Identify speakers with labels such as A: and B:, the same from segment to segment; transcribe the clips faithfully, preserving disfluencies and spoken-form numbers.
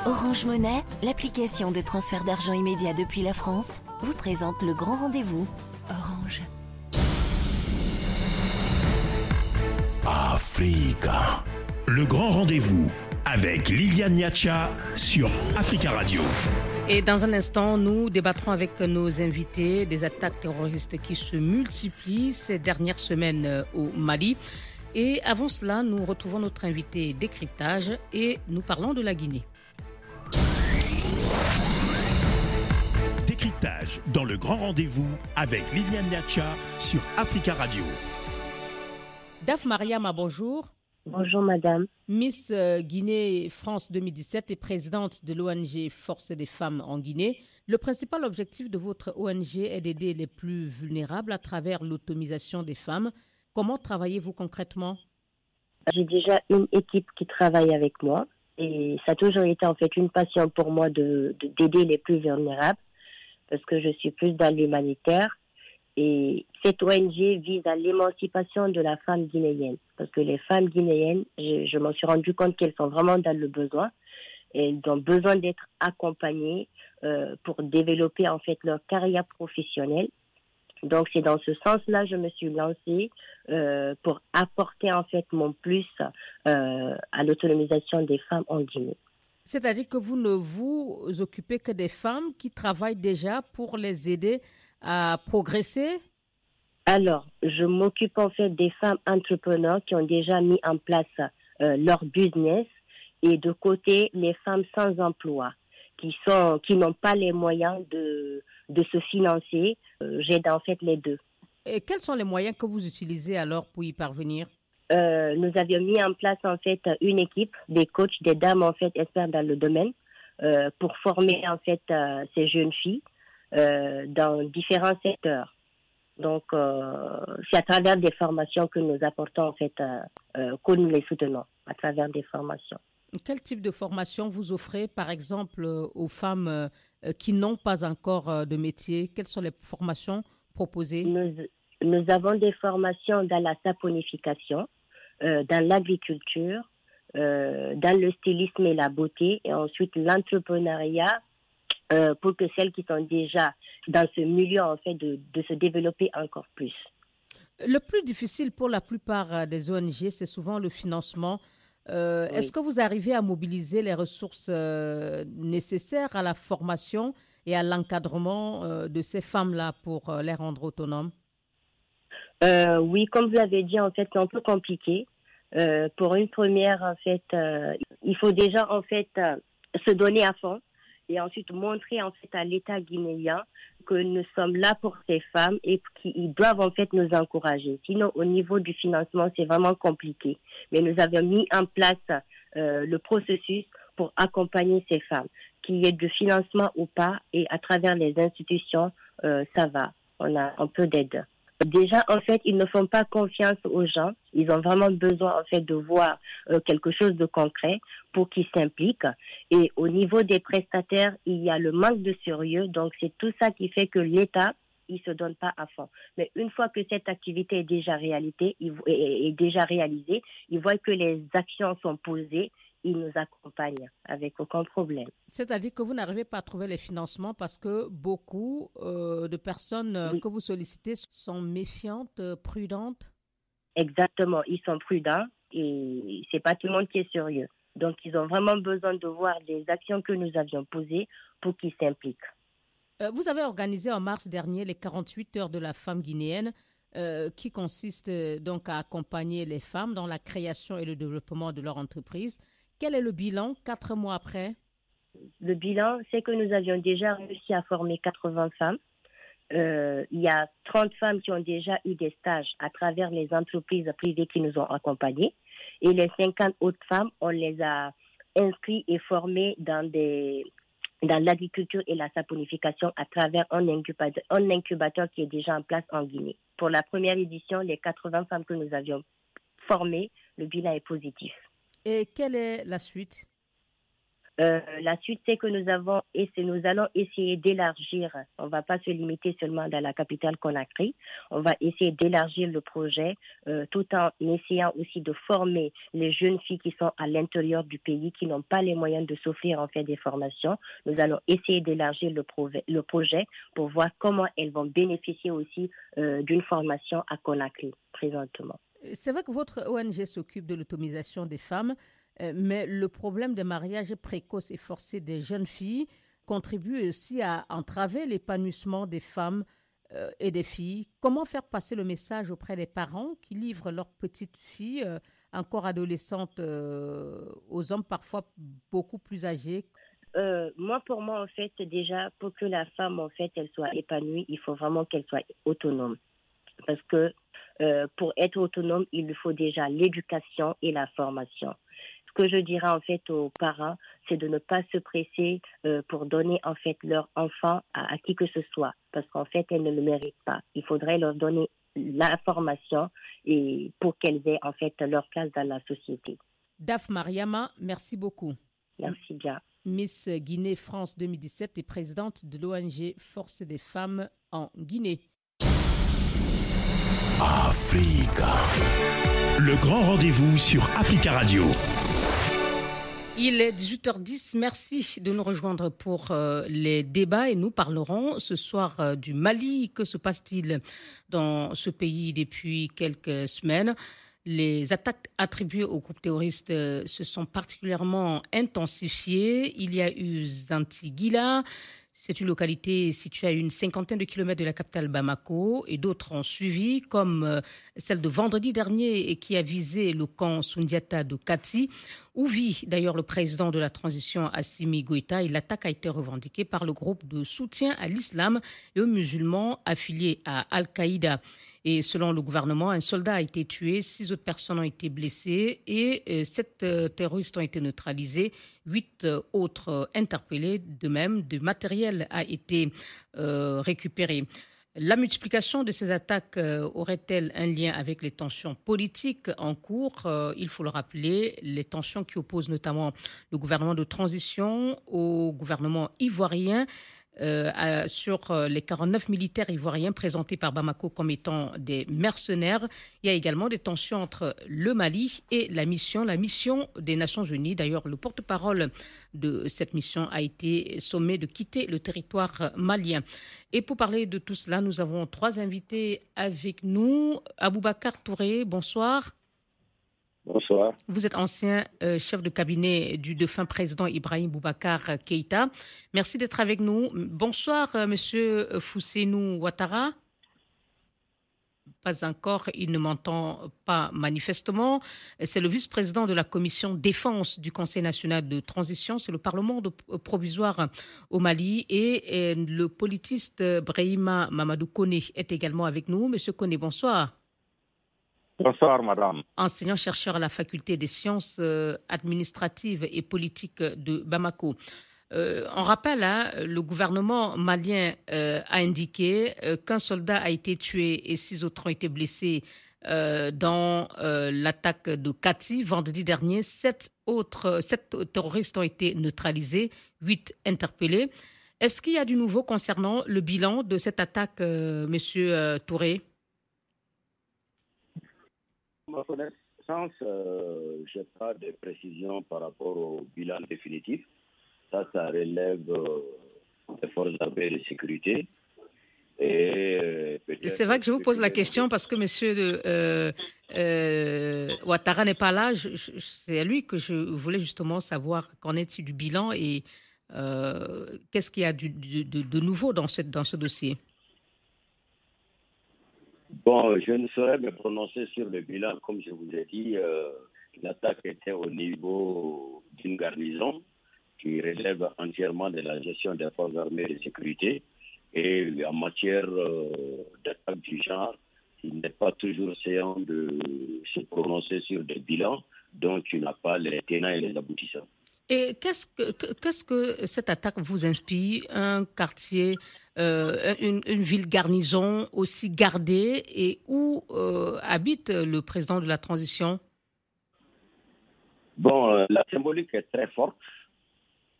A: Orange Monnaie, l'application de transfert d'argent immédiat depuis la France, vous présente le grand rendez-vous. Orange.
B: Africa. Le grand rendez-vous avec Liliane Niacha sur Africa Radio.
C: Et dans un instant, nous débattrons avec nos invités des attaques terroristes qui se multiplient ces dernières semaines au Mali. Et avant cela, nous retrouvons notre invité décryptage et nous parlons de la Guinée.
B: Décryptage dans le grand rendez-vous avec Liliane Niacha sur Africa Radio.
C: Daf Mariama, bonjour.
D: Bonjour madame.
C: Miss Guinée France deux mille dix-sept et présidente de l'O N G Force des femmes en Guinée. Le principal objectif de votre O N G est d'aider les plus vulnérables à travers l'autonomisation des femmes. Comment travaillez-vous concrètement?
D: J'ai déjà une équipe qui travaille avec moi et ça a toujours été en fait une passion pour moi de, de d'aider les plus vulnérables parce que je suis plus dans l'humanitaire. Et cette O N G vise à l'émancipation de la femme guinéenne. Parce que les femmes guinéennes, je, je m'en suis rendu compte qu'elles sont vraiment dans le besoin. Elles ont besoin d'être accompagnées euh, pour développer en fait leur carrière professionnelle. Donc c'est dans ce sens-là que je me suis lancée euh, pour apporter en fait mon plus euh, à l'autonomisation des femmes en Guinée.
C: C'est-à-dire que vous ne vous occupez que des femmes qui travaillent déjà pour les aider à progresser?
D: Alors, je m'occupe en fait des femmes entrepreneurs qui ont déjà mis en place euh, leur business et de côté les femmes sans emploi qui sont qui n'ont pas les moyens de de se financer. Euh, j'aide en fait les deux.
C: Et quels sont les moyens que vous utilisez alors pour y parvenir?
D: Euh, nous avions mis en place en fait une équipe, des coachs, des dames en fait experts dans le domaine euh, pour former en fait euh, ces jeunes filles euh, dans différents secteurs. Donc euh, c'est à travers des formations que nous apportons en fait euh, euh, que nous les soutenons à travers des formations.
C: Quel type de formation vous offrez par exemple aux femmes euh, qui n'ont pas encore euh, de métier? Quelles sont les formations proposées?
D: Nous, nous avons des formations dans la saponification, euh, dans l'agriculture, euh, dans le stylisme et la beauté, et ensuite l'entrepreneuriat euh, pour que celles qui sont déjà dans ce milieu en fait de, de se développer encore plus.
C: Le plus difficile pour la plupart des O N G, c'est souvent le financement. Euh, oui. Est-ce que vous arrivez à mobiliser les ressources euh, nécessaires à la formation et à l'encadrement euh, de ces femmes-là pour euh, les rendre autonomes?
D: Euh, oui, comme vous l'avez dit, en fait, c'est un peu compliqué. Euh, pour une première, en fait, euh, il faut déjà, en fait, euh, se donner à fond et ensuite montrer, en fait, à l'État guinéen que nous sommes là pour ces femmes et qu'ils doivent, en fait, nous encourager. Sinon, au niveau du financement, c'est vraiment compliqué. Mais nous avons mis en place euh, le processus pour accompagner ces femmes, qu'il y ait de financement ou pas, et à travers les institutions, euh, ça va. On a un peu d'aide. Déjà, en fait, ils ne font pas confiance aux gens. Ils ont vraiment besoin, en fait, de voir euh, quelque chose de concret pour qu'ils s'impliquent. Et au niveau des prestataires, il y a le manque de sérieux. Donc, c'est tout ça qui fait que l'État, il se donne pas à fond. Mais une fois que cette activité est déjà réalité, il, est, est déjà réalisée, ils voient que les actions sont posées. Ils nous accompagnent avec aucun problème.
C: C'est-à-dire que vous n'arrivez pas à trouver les financements parce que beaucoup euh, de personnes oui. que vous sollicitez sont méfiantes, prudentes?
D: Exactement, ils sont prudents et c'est pas tout le monde qui est sérieux. Donc, ils ont vraiment besoin de voir les actions que nous avions posées pour qu'ils s'impliquent.
C: Euh, vous avez organisé en mars dernier les quarante-huit heures de la femme guinéenne euh, qui consistent donc à accompagner les femmes dans la création et le développement de leur entreprise. Quel est le bilan quatre mois après?
D: Le bilan, c'est que nous avions déjà réussi à former quatre-vingts femmes. Euh, il y a trente femmes qui ont déjà eu des stages à travers les entreprises privées qui nous ont accompagnées. Et les cinquante autres femmes, on les a inscrites et formées dans, des, dans l'agriculture et la saponification à travers un incubateur, un incubateur qui est déjà en place en Guinée. Pour la première édition, les quatre-vingts femmes que nous avions formées, le bilan est positif.
C: Et quelle est la suite?
D: Euh, la suite, c'est que nous avons et nous allons essayer d'élargir. On ne va pas se limiter seulement dans la capitale Conakry. On va essayer d'élargir le projet euh, tout en essayant aussi de former les jeunes filles qui sont à l'intérieur du pays, qui n'ont pas les moyens de s'offrir en fait des formations. Nous allons essayer d'élargir le, projet, le projet pour voir comment elles vont bénéficier aussi euh, d'une formation à Conakry présentement.
C: C'est vrai que votre O N G s'occupe de l'autonomisation des femmes. Mais le problème des mariages précoces et forcés des jeunes filles contribue aussi à entraver l'épanouissement des femmes euh, et des filles. Comment faire passer le message auprès des parents qui livrent leurs petites filles, euh, encore adolescentes, euh, aux hommes parfois beaucoup plus âgés?
D: Euh, moi, pour moi, en fait, déjà, pour que la femme, en fait, elle soit épanouie, il faut vraiment qu'elle soit autonome. Parce que euh, pour être autonome, il lui faut déjà l'éducation et la formation. Ce que je dirais en fait aux parents, c'est de ne pas se presser euh, pour donner en fait leur enfant à, à qui que ce soit, parce qu'en fait elles ne le méritent pas. Il faudrait leur donner l'information et pour qu'elles aient en fait leur place dans la société.
C: Daf Mariama, merci beaucoup.
D: Merci bien.
C: Miss Guinée France deux mille dix-sept et présidente de l'O N G Force des femmes en Guinée.
B: Africa. Le grand rendez-vous sur Africa Radio.
C: Il est dix-huit heures dix. Merci de nous rejoindre pour euh, les débats et nous parlerons ce soir euh, du Mali. Que se passe-t-il dans ce pays depuis quelques semaines? Les attaques attribuées au groupe terroriste euh, se sont particulièrement intensifiées. Il y a eu Zantiguila. C'est une localité située à une cinquantaine de kilomètres de la capitale Bamako et d'autres ont suivi, comme celle de vendredi dernier et qui a visé le camp Soundiata de Kati, où vit d'ailleurs le président de la transition Assimi Goïta. Et l'attaque a été revendiquée par le groupe de soutien à l'islam et aux musulmans affiliés à Al-Qaïda. Et selon le gouvernement, un soldat a été tué, six autres personnes ont été blessées et euh, sept euh, terroristes ont été neutralisés, huit euh, autres euh, interpellés. De même, du matériel a été euh, récupéré. La multiplication de ces attaques euh, aurait-elle un lien avec les tensions politiques en cours? euh, Il faut le rappeler, les tensions qui opposent notamment le gouvernement de transition au gouvernement ivoirien. Euh, à, sur euh, les quarante-neuf militaires ivoiriens présentés par Bamako comme étant des mercenaires. Il y a également des tensions entre le Mali et la mission, la mission des Nations Unies. D'ailleurs, le porte-parole de cette mission a été sommé de quitter le territoire malien. Et pour parler de tout cela, nous avons trois invités avec nous. Aboubacar Touré, bonsoir.
E: Bonsoir.
C: Vous êtes ancien euh, chef de cabinet du défunt président Ibrahim Boubacar Keïta. Merci d'être avec nous. Bonsoir, euh, monsieur Foussenou Ouattara. Pas encore, il ne m'entend pas manifestement. C'est le vice-président de la commission défense du Conseil national de transition. C'est le Parlement de, provisoire au Mali. Et, et le politiste Brahima Mamadou Koné est également avec nous. Monsieur Koné, bonsoir.
E: Bonsoir, madame.
C: Enseignant-chercheur à la faculté des sciences euh, administratives et politiques de Bamako. Euh, on rappelle, hein, le gouvernement malien euh, a indiqué euh, qu'un soldat a été tué et six autres ont été blessés euh, dans euh, l'attaque de Kati vendredi dernier. Sept autres, sept terroristes ont été neutralisés, huit interpellés. Est-ce qu'il y a du nouveau concernant le bilan de cette attaque, euh, monsieur euh, Touré?
E: À ma connaissance, euh, je n'ai pas de précision par rapport au bilan définitif. Ça, ça relève euh, des forces d'armée et de sécurité. Et, euh,
C: c'est vrai que je vous pose la question parce que M. Euh, euh, Ouattara n'est pas là. Je, je, c'est à lui que je voulais justement savoir qu'en est-il du bilan et euh, qu'est-ce qu'il y a du, de, de, de nouveau dans ce, dans ce dossier.
E: Bon, je ne saurais me prononcer sur le bilan. Comme je vous ai dit, euh, l'attaque était au niveau d'une garnison qui relève entièrement de la gestion des forces armées et de sécurité. Et en matière euh, d'attaque du genre, il n'est pas toujours séant de se prononcer sur des bilans dont tu n'as pas les tenants et les aboutissants.
C: Et qu'est-ce que, qu'est-ce que cette attaque vous inspire? Un quartier, euh, une, une ville garnison aussi gardée et où euh, habite le président de la transition?
E: Bon, euh, la symbolique est très forte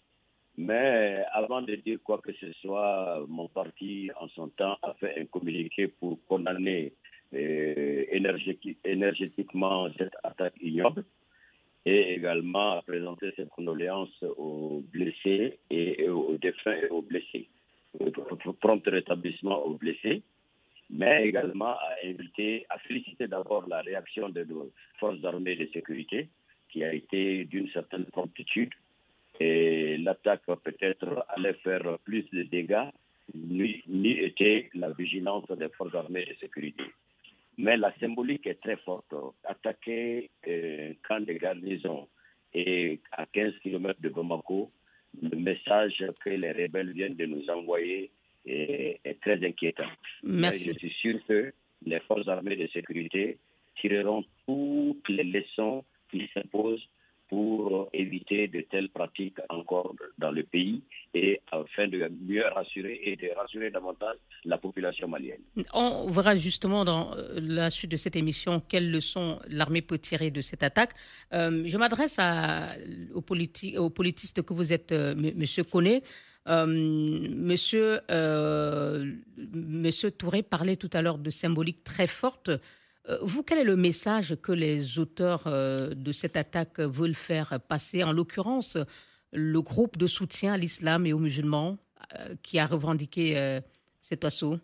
E: Mais avant de dire quoi que ce soit, mon parti, en son temps, a fait un communiqué pour condamner euh, énergéti- énergétiquement cette attaque ignoble et également a présenté ses condoléances aux blessés et, et aux défunts et aux blessés, pour prompt rétablissement aux blessés, mais également a invité, a félicité d'abord la réaction de nos forces armées de sécurité, qui a été d'une certaine promptitude. Et l'attaque peut-être allait faire plus de dégâts, ni, ni était la vigilance des forces armées de sécurité. Mais la symbolique est très forte. Attaquer euh, un camp de garnison et à quinze kilomètres de Bamako, le message que les rebelles viennent de nous envoyer est, est très inquiétant.
C: Merci.
E: Mais je suis sûr que les forces armées de sécurité tireront toutes les leçons qui s'imposent pour éviter de telles pratiques encore dans le pays et afin de mieux rassurer et de rassurer davantage la population malienne.
C: On verra justement dans la suite de cette émission quelles leçons l'armée peut tirer de cette attaque. Euh, je m'adresse à, aux, politi- aux politistes que vous êtes, euh, M. Monsieur Koné. Euh, monsieur, euh, Monsieur Touré parlait tout à l'heure de symbolique très forte. Vous, quel est le message que les auteurs de cette attaque veulent faire passer, en l'occurrence le groupe de soutien à l'islam et aux musulmans qui a revendiqué cet assaut?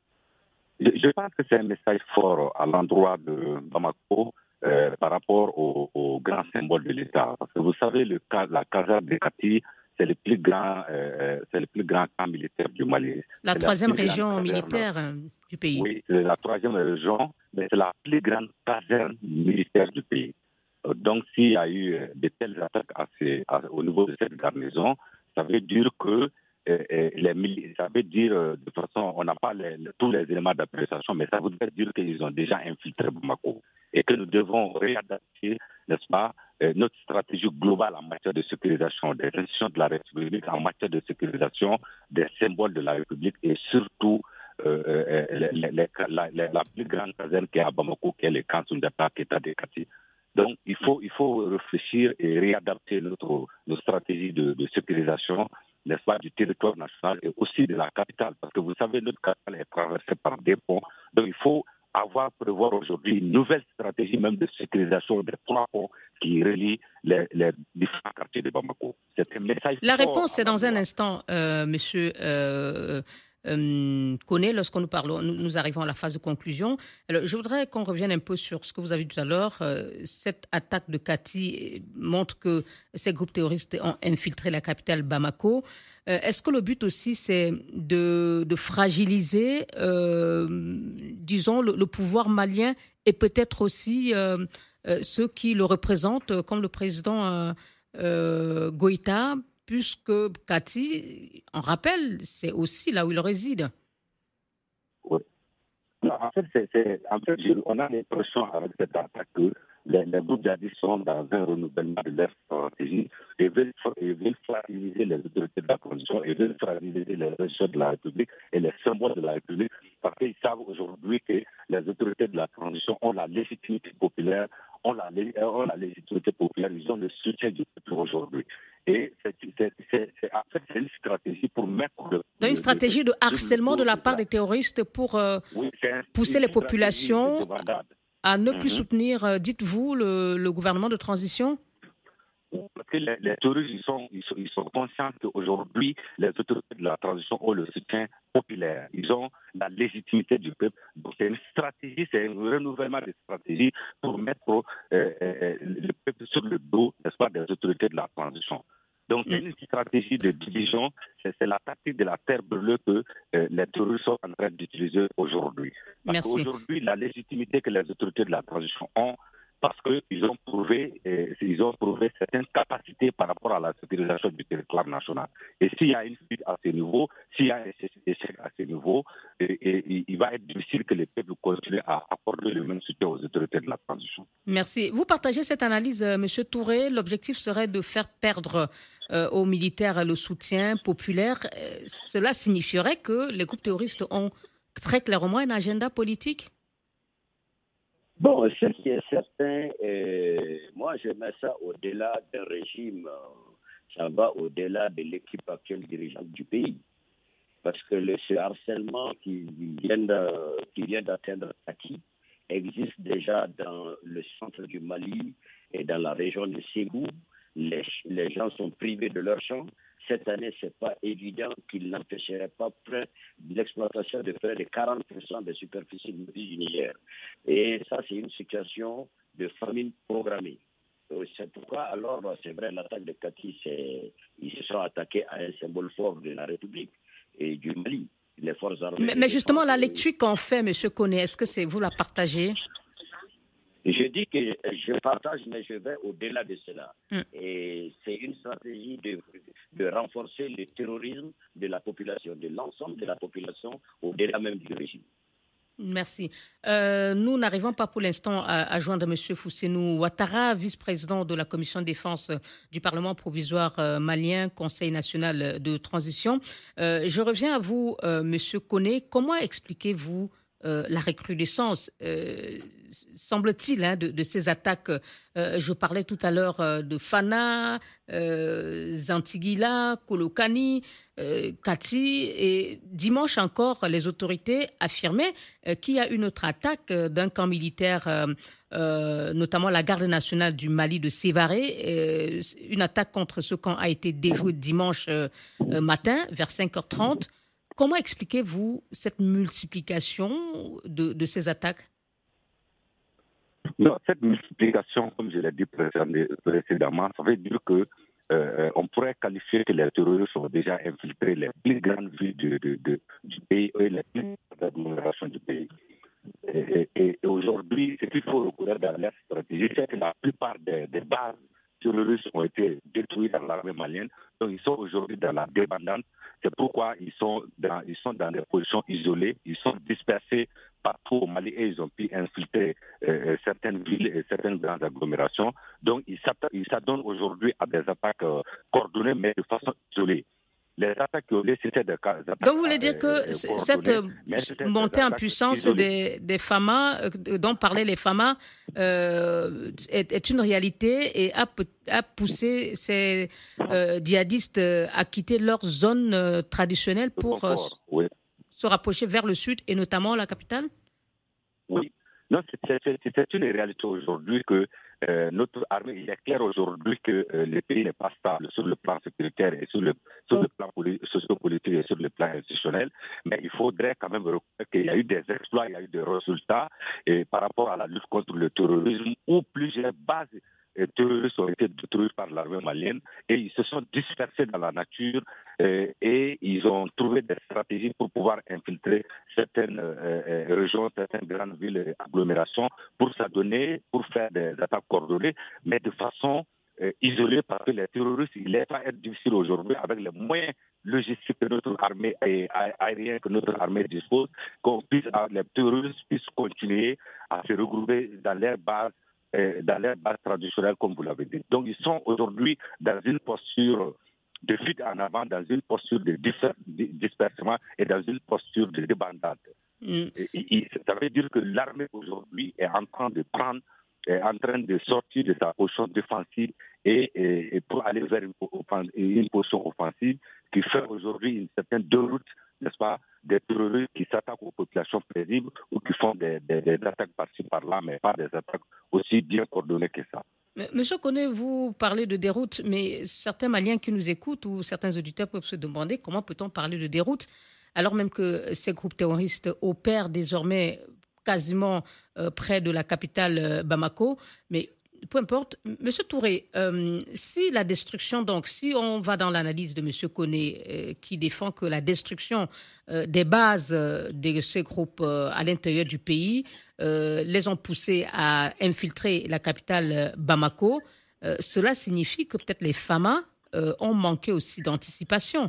F: Je pense que c'est un message fort à l'endroit de Bamako euh, par rapport au, au grand symbole de l'État. Parce que vous savez, le, la caserne de Kati, c'est le plus grand, euh, c'est le plus grand camp militaire du Mali.
C: La
F: c'est
C: troisième
F: la
C: région militaire du pays.
F: Oui, c'est la troisième région, mais c'est la plus grande caserne militaire du pays. Donc, s'il y a eu de telles attaques à ces, à, au niveau de cette garnison, ça veut dire que euh, les, ça veut dire, de toute façon, on n'a pas les, tous les éléments d'appréciation, mais ça voudrait dire qu'ils ont déjà infiltré Bamako et que nous devons réadapter, n'est-ce pas, notre stratégie globale en matière de sécurisation des institutions de la République, en matière de sécurisation des symboles de la République et surtout euh, les, les, les, la, la, la plus grande caserne qui est à Bamako, qui est le camp Soundata, qui est à Dekati. Donc, il faut, il faut réfléchir et réadapter notre, notre stratégie de, de sécurisation, n'est-ce pas, du territoire national et aussi de la capitale. Parce que vous savez, notre capitale est traversée par des ponts. Donc, il faut avoir, prévoir aujourd'hui une nouvelle stratégie même de sécurisation des trois ponts qui relient les, les différents quartiers de Bamako. C'est un message.
C: La réponse, c'est dans un instant, euh, monsieur. Euh... Euh, Koné, lorsqu'on nous parlons, nous, nous arrivons à la phase de conclusion. Alors, je voudrais qu'on revienne un peu sur ce que vous avez dit tout à l'heure. Euh, cette attaque de Kati montre que ces groupes terroristes ont infiltré la capitale Bamako. Euh, est-ce que le but aussi, c'est de, de fragiliser, euh, disons, le, le pouvoir malien et peut-être aussi euh, euh, ceux qui le représentent, comme le président euh, euh, Goïta, puisque Kati, on rappelle, c'est aussi là où il réside.
F: Oui. Non, en fait, c'est, c'est, en fait, on a l'impression avec cette attaque que les, les groupes djihadistes sont dans un renouvellement de leur stratégie et veulent, et veulent fragiliser les autorités de la transition et veulent fragiliser les régions de la République et les symboles de la République parce qu'ils savent aujourd'hui que les autorités de la transition ont la légitimité populaire, ont la, ont la légitimité populaire, ils ont le soutien du peuple aujourd'hui. Et c'est, c'est, c'est, c'est, en fait, c'est une stratégie pour mettre... Le,
C: Donc une stratégie de harcèlement de la part des terroristes pour euh, oui, un, pousser les populations à ne plus mm-hmm. soutenir, euh, dites-vous, le, le gouvernement de transition?
F: Parce que les, les terroristes, ils sont, ils, sont, ils sont conscients qu'aujourd'hui, les autorités de la transition ont le soutien populaire. Ils ont la légitimité du peuple. Donc c'est une stratégie, c'est un renouvellement de stratégie pour mettre euh, euh, le peuple sur le dos, n'est-ce pas, des autorités de la transition. Donc c'est une stratégie de division, c'est, c'est la tactique de la terre brûlée que euh, les terroristes sont en train d'utiliser aujourd'hui. Parce
C: Merci.
F: qu'aujourd'hui, la légitimité que les autorités de la transition ont, parce qu'ils ont prouvé, euh, ils ont prouvé certaines capacités par rapport à la sécurisation du territoire national. Et s'il y a une fuite à ce niveau, s'il y a un échec à ce niveau, et, et, il va être difficile que les peuples continuent à accorder le même soutien aux autorités de la transition.
C: Merci. Vous partagez cette analyse, M. Touré. L'objectif serait de faire perdre euh, aux militaires le soutien populaire. Euh, cela signifierait que les groupes terroristes ont très clairement un agenda politique?
E: Bon, ce qui est certain, euh, moi je mets ça au-delà d'un régime. ça va au-delà de l'équipe actuelle dirigeante du pays. Parce que le, ce harcèlement qui vient, de, qui vient d'atteindre Kati existe déjà dans le centre du Mali et dans la région de Ségou. Les, les gens sont privés de leur champ. Cette année, ce n'est pas évident qu'il n'empêcherait pas près de l'exploitation de près de quarante pour cent des superficies du Niger. Et ça, c'est une situation de famine programmée. C'est pourquoi, alors, c'est vrai, l'attaque de Kati, c'est, ils se sont attaqués à un symbole fort de la République et du Mali, les forces armées.
C: Mais, mais justement, la lecture qu'on fait, M. Koné, est-ce que c'est vous la partagez?
E: Je dis que je partage, mais je vais au-delà de cela.
C: Mm.
E: Et c'est une stratégie de, de renforcer le terrorisme de la population, de l'ensemble de la population, au-delà même du régime.
C: Merci. Euh, nous n'arrivons pas pour l'instant à, à joindre M. Fousseynou Ouattara, vice-président de la commission de défense du Parlement provisoire euh, malien, Conseil national de transition. Euh, je reviens à vous, euh, M. Koné. Comment expliquez-vous euh, la recrudescence, euh, semble-t-il, hein, de, de ces attaques? euh, Je parlais tout à l'heure euh, de Fana, euh, Zantigila, Kolokani, euh, Kati. Et dimanche encore, les autorités affirmaient euh, qu'il y a une autre attaque euh, d'un camp militaire, euh, euh, notamment la garde nationale du Mali de Sévaré. Euh, une attaque contre ce camp a été déjouée dimanche euh, euh, matin, vers cinq heures trente. Comment expliquez-vous cette multiplication de, de ces attaques?
F: Non, cette multiplication, comme je l'ai dit précédemment, ça veut dire que euh, on pourrait qualifier que les terroristes ont déjà infiltré les plus grandes villes du, du, du, du pays et les plus grandes agglomérations du pays. Et, et, et aujourd'hui, ce qu'il faut reconnaître dans leur stratégie, c'est que la plupart des, des bases terroristes ont été détruites dans l'armée malienne. Donc, ils sont aujourd'hui dans la débandade. C'est pourquoi ils sont, dans, ils sont dans des positions isolées. Ils sont dispersés partout au Mali et ils ont pu infiltrer euh, certaines villes et certaines grandes agglomérations. Donc, ils s'adonnent aujourd'hui à des attaques euh, coordonnées, mais de façon isolée. Les attaques isolées, c'était des attaques.
C: Donc, vous voulez dire que euh, cette montée en puissance des, des F A M A, euh, dont parlaient les F A M A, euh, est, est une réalité et a, a poussé ces euh, djihadistes à quitter leur zone euh, traditionnelle pour euh, oui. se rapprocher vers le sud et notamment la capitale?
F: Oui. Non, c'est, c'est, c'est une réalité aujourd'hui que euh, notre armée, il est clair aujourd'hui que euh, le pays n'est pas stable sur le plan sécuritaire et sur le, sur le plan socio-politique et sur le plan institutionnel. Mais il faudrait quand même reconnaître qu'il y a eu des exploits, il y a eu des résultats et par rapport à la lutte contre le terrorisme où plusieurs bases les terroristes ont été détruits par l'armée malienne et ils se sont dispersés dans la nature euh, et ils ont trouvé des stratégies pour pouvoir infiltrer certaines euh, régions, certaines grandes villes et agglomérations pour s'adonner, pour faire des attaques coordonnées, mais de façon euh, isolée parce que les terroristes, il est pas être difficile aujourd'hui avec les moyens logistiques que notre armée aérienne, que notre armée dispose, qu'on puisse, les terroristes puissent continuer à se regrouper dans leurs bases dans leur base traditionnelle, comme vous l'avez dit. Donc, ils sont aujourd'hui dans une posture de fuite en avant, dans une posture de dispersement et dans une posture de débandade. Mm. Et, et, ça veut dire que l'armée aujourd'hui est en train de prendre, est en train de sortir de sa position défensive et, et, et pour aller vers une, une position offensive qui fait aujourd'hui une certaine déroute, n'est-ce pas, des terroristes qui s'attaquent aux populations paisibles ou qui font des, des, des attaques par-ci par-là, mais pas des attaques aussi bien coordonnées que ça.
C: Monsieur Koné, vous parlez de déroute, mais certains Maliens qui nous écoutent ou certains auditeurs peuvent se demander comment peut-on parler de déroute alors même que ces groupes terroristes opèrent désormais quasiment euh, près de la capitale euh, Bamako, mais peu importe. Monsieur Touré, euh, si la destruction, donc si on va dans l'analyse de Monsieur Koné, euh, qui défend que la destruction euh, des bases euh, de ces groupes euh, à l'intérieur du pays euh, les ont poussés à infiltrer la capitale euh, Bamako, euh, cela signifie que peut-être les F A M A euh, ont manqué aussi d'anticipation,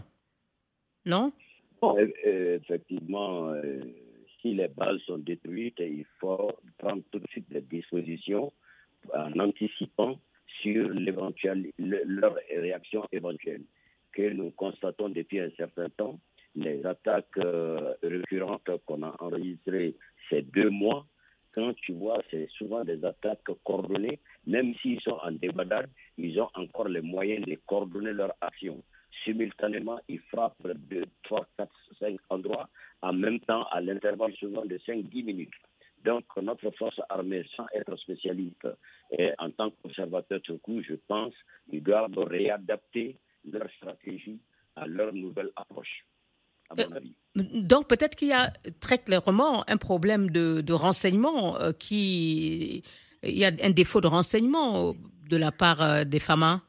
C: non?
E: Bon, effectivement, euh, si les bases sont détruites, il faut prendre tout de suite des dispositions en anticipant sur l'éventuelle, leur réaction éventuelle, que nous constatons depuis un certain temps. Les attaques euh, récurrentes qu'on a enregistrées ces deux mois quand tu vois, c'est souvent des attaques coordonnées. Même s'ils sont en débandade, ils ont encore les moyens de coordonner leur action. Simultanément, ils frappent deux, trois, quatre, cinq endroits en même temps, à l'intervalle souvent de cinq à dix minutes. Donc, notre force armée, sans être spécialiste, et en tant qu'observateur sur coup, je pense qu'ils doivent réadapter leur stratégie à leur nouvelle approche, à mon avis.
C: Donc, peut-être qu'il y a très clairement un problème de, de renseignement, euh, qui... il y a un défaut de renseignement de la part euh, des F A M A.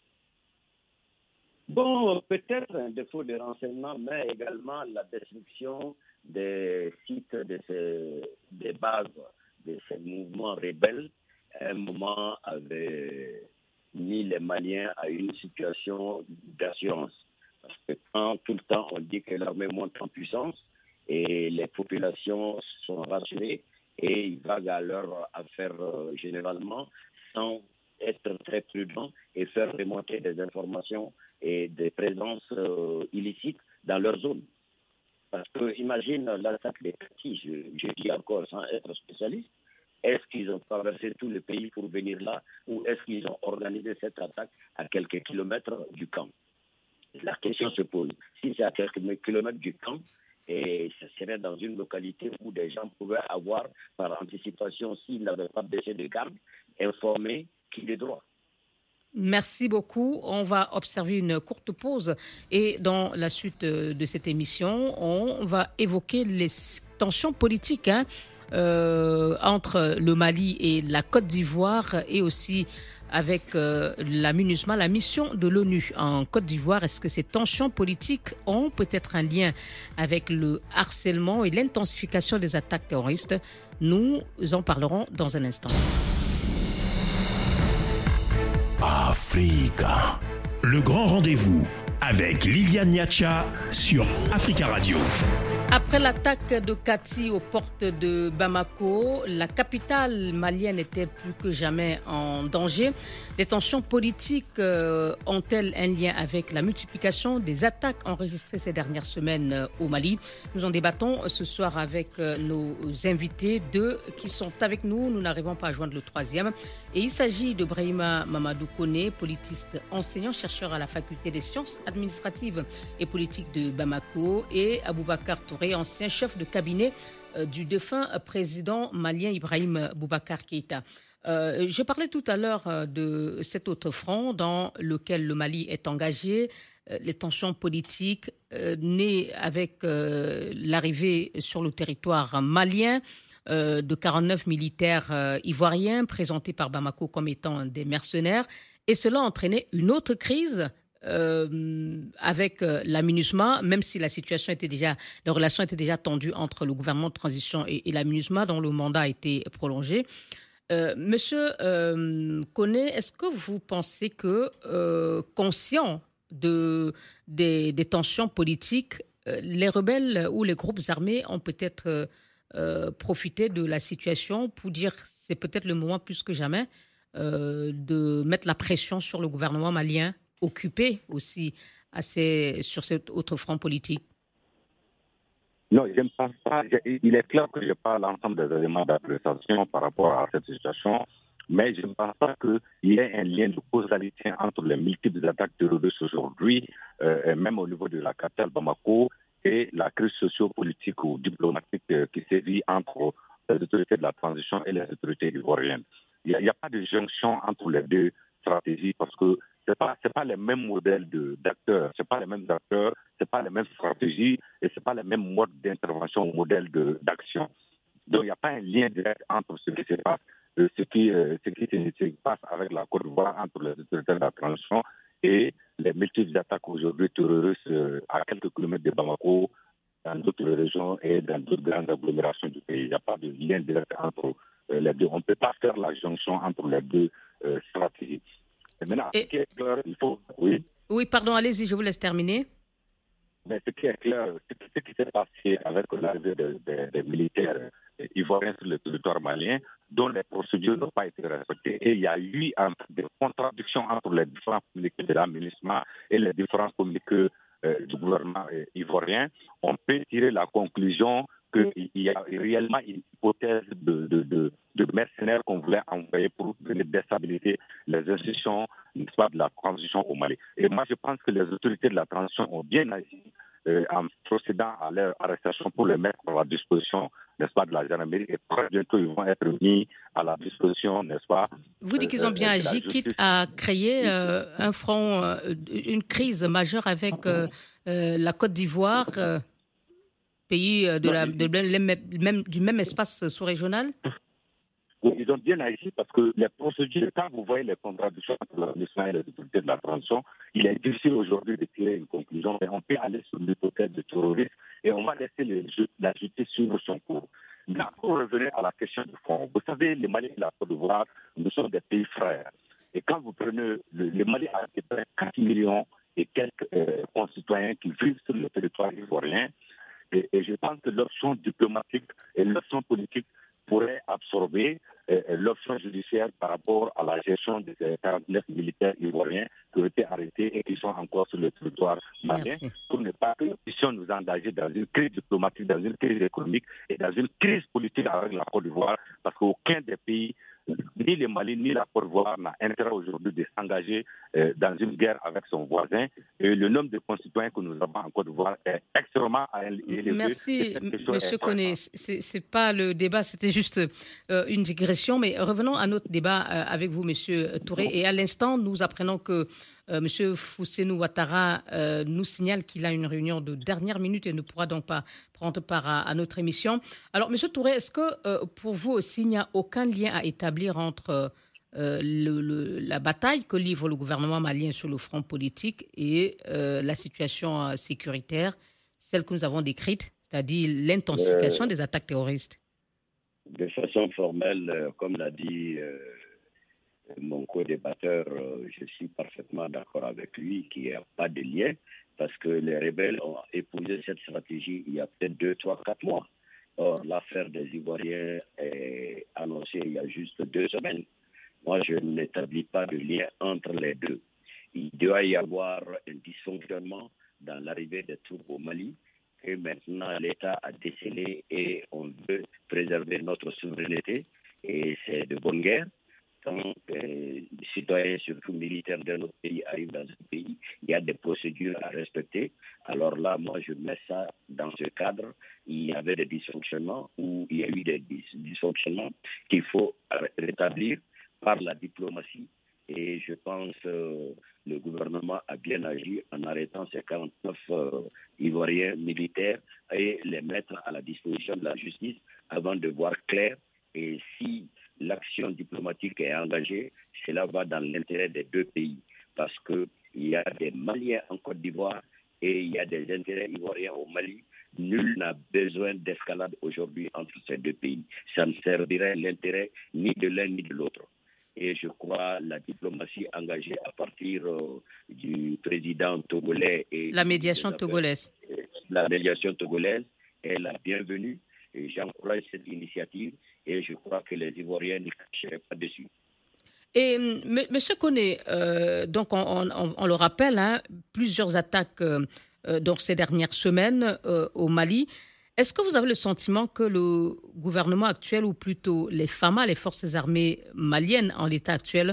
E: Bon, peut-être un défaut de renseignement, mais également la destruction des sites, de ces, des bases de ces mouvements rebelles, à un moment avait mis les Maliens à une situation d'assurance. Parce que quand tout le temps on dit que l'armée monte en puissance et les populations sont rassurées et ils vaguent à leur affaire euh, généralement sans être très prudents et faire remonter des informations et des présences euh, illicites dans leur zone. Parce que imagine l'attaque des Kati, je, je dis encore sans être spécialiste, est-ce qu'ils ont traversé tout le pays pour venir là ou est-ce qu'ils ont organisé cette attaque à quelques kilomètres du camp? La question se pose. Si c'est à quelques kilomètres du camp, et ce serait dans une localité où des gens pouvaient avoir, par anticipation, s'ils n'avaient pas baissé de garde, informé qu'il est droit.
C: Merci beaucoup. On va observer une courte pause et dans la suite de cette émission, on va évoquer les tensions politiques hein, euh, entre le Mali et la Côte d'Ivoire et aussi avec euh, la MINUSMA, la mission de l'ONU en Côte d'Ivoire. Est-ce que ces tensions politiques ont peut-être un lien avec le harcèlement et l'intensification des attaques terroristes? Nous en parlerons dans un instant.
B: Africa. Le grand rendez-vous avec Liliane Niacha sur Africa Radio.
C: Après l'attaque de Kati aux portes de Bamako, la capitale malienne était plus que jamais en danger. Les tensions politiques euh, ont-elles un lien avec la multiplication des attaques enregistrées ces dernières semaines euh, au Mali? Nous en débattons ce soir avec euh, nos invités, deux qui sont avec nous. Nous n'arrivons pas à joindre le troisième. Et il s'agit de Brahima Mamadou Koné, politiste enseignant, chercheur à la faculté des sciences administratives et politiques de Bamako, et Aboubakar Touré, ancien chef de cabinet euh, du défunt président malien Ibrahim Boubacar Keïta. Euh, je parlais tout à l'heure euh, de cet autre front dans lequel le Mali est engagé, euh, les tensions politiques euh, nées avec euh, l'arrivée sur le territoire malien euh, de quarante-neuf militaires euh, ivoiriens présentés par Bamako comme étant des mercenaires, et cela a entraîné une autre crise Euh, avec euh, la MINUSMA, même si la situation était déjà, les relations étaient déjà tendues entre le gouvernement de transition et, et la MINUSMA, dont le mandat a été prolongé. Euh, Monsieur euh, Koné, est-ce que vous pensez que, euh, conscient de, des, des tensions politiques, euh, les rebelles ou les groupes armés ont peut-être euh, euh, profité de la situation pour dire que c'est peut-être le moment plus que jamais euh, de mettre la pression sur le gouvernement malien, occupé aussi assez sur cet autre front politique?
F: Non, je ne pense pas. Il est clair que je parle l'ensemble des éléments d'appréciation par rapport à cette situation, mais je ne pense pas qu'il y ait un lien de causalité entre les multiples attaques terroristes aujourd'hui, euh, même au niveau de la capitale Bamako, et la crise socio-politique ou diplomatique euh, qui sévit entre les autorités de la transition et les autorités ivoiriennes. Il n'y a, a pas de jonction entre les deux stratégies parce que ce n'est pas, c'est pas les mêmes modèles de, d'acteurs, ce n'est pas les mêmes acteurs, ce n'est pas les mêmes stratégies et ce n'est pas les mêmes modes d'intervention ou modèles de, d'action. Donc il n'y a pas un lien direct entre ce qui se passe, euh, ce qui, euh, ce qui se, se passe avec la Côte d'Ivoire, entre les autorités de la transition et les multiples attaques aujourd'hui terroristes euh, à quelques kilomètres de Bamako, dans d'autres régions et dans d'autres grandes agglomérations du pays. Il n'y a pas de lien direct entre euh, les deux. On ne peut pas faire la jonction entre les deux euh, stratégies. Et maintenant, et... ce qui est clair, il faut... Oui,
C: oui, pardon, allez-y, je vous laisse terminer.
F: Mais ce qui est clair, ce qui s'est passé avec l'arrivée des de, de militaires ivoiriens sur le territoire malien, dont les procédures n'ont pas été respectées. Et il y a eu des contradictions entre les différents communiqués de la MINUSMA et les différents communiqués euh, du gouvernement euh, ivoirien. On peut tirer la conclusion qu'il y a réellement une hypothèse de, de, de, de mercenaires qu'on voulait envoyer pour venir déstabiliser les institutions, n'est-ce pas, de la transition au Mali. Et moi, je pense que les autorités de la transition ont bien agi euh, en procédant à leur arrestation pour les mettre à la disposition, n'est-ce pas, de la gendarmerie. Et très bientôt, ils vont être mis à la disposition, n'est-ce pas.
C: Vous dites qu'ils ont bien euh, agi, quitte à créer euh, un front, euh, une crise majeure avec euh, euh, la Côte d'Ivoire, euh, pays de la, de le même, du même espace sous-régional.
F: Ils ont bien agi parce que les procédures, quand vous voyez les contradictions entre l'administration et les autorités de la transition, il est difficile aujourd'hui de tirer une conclusion, mais on peut aller sur l'hypothèse de terrorisme et on va laisser les, la justice suivre son cours. Mais pour revenir à la question du fond, vous savez, le Mali et la Côte d'Ivoire, nous sommes des pays frères. Et quand vous prenez, le, le Mali a à peu près quatre millions et quelques euh, concitoyens qui vivent sur le territoire ivoirien. Et, et je pense que l'option diplomatique et l'option politique pourraient absorber euh, l'option judiciaire par rapport à la gestion des quarante-neuf militaires ivoiriens qui ont été arrêtés et qui sont encore sur le territoire malien, pour ne pas que nous puissions nous engager dans une crise diplomatique, dans une crise économique et dans une crise politique avec la Côte d'Ivoire, parce qu'aucun des pays, ni le Mali, ni la Côte d'Ivoire n'a intérêt aujourd'hui de s'engager euh, dans une guerre avec son voisin. Et le nombre de concitoyens que nous avons en Côte d'Ivoire est extrêmement élevé.
C: Merci, M. Koné. Ce n'est pas le débat, c'était juste euh, une digression. Mais revenons à notre débat euh, avec vous, M. Touré. Et à l'instant, nous apprenons que euh, M. Fousseynou Ouattara euh, nous signale qu'il a une réunion de dernière minute et ne pourra donc pas prendre part à, à notre émission. Alors, M. Touré, est-ce que euh, pour vous aussi, il n'y a aucun lien à établir entre euh, le, le, la bataille que livre le gouvernement malien sur le front politique et euh, la situation euh, sécuritaire, celle que nous avons décrite, c'est-à-dire l'intensification euh, des attaques terroristes?
E: De façon formelle, euh, comme l'a dit euh, mon co-débatteur, euh, je suis parfaitement d'accord avec lui qu'il n'y a pas de lien, parce que les rebelles ont épousé cette stratégie il y a peut-être deux, trois, quatre mois. Or, l'affaire des Ivoiriens est annoncée il y a juste deux semaines. Moi, je n'établis pas de lien entre les deux. Il doit y avoir un dysfonctionnement dans l'arrivée des troupes au Mali, que maintenant l'État a décelé et on veut préserver notre souveraineté. Et c'est de bonne guerre. Quand euh, les citoyens, surtout militaires de notre pays, arrivent dans un pays, il y a des procédures à respecter. Alors là, moi, je mets ça dans ce cadre. Il y avait des dysfonctionnements ou il y a eu des dysfonctionnements qu'il faut rétablir par la diplomatie. Et je pense que euh, le gouvernement a bien agi en arrêtant ces quarante-neuf euh, Ivoiriens militaires et les mettre à la disposition de la justice avant de voir clair. Et si l'action diplomatique est engagée, cela va dans l'intérêt des deux pays. Parce qu'il y a des Maliens en Côte d'Ivoire et il y a des intérêts ivoiriens au Mali. Nul n'a besoin d'escalade aujourd'hui entre ces deux pays. Ça ne servirait l'intérêt ni de l'un ni de l'autre. Et je crois la diplomatie engagée à partir euh, du président togolais et
C: la médiation togolaise.
E: La médiation togolaise est la bienvenue. Et j'encourage cette initiative et je crois que les Ivoiriens ne cracheraient pas dessus.
C: Et M. Koné, euh, donc on, on, on le rappelle, hein, plusieurs attaques euh, donc ces dernières semaines euh, au Mali. Est-ce que vous avez le sentiment que le gouvernement actuel, ou plutôt les F A M A, les forces armées maliennes en l'état actuel,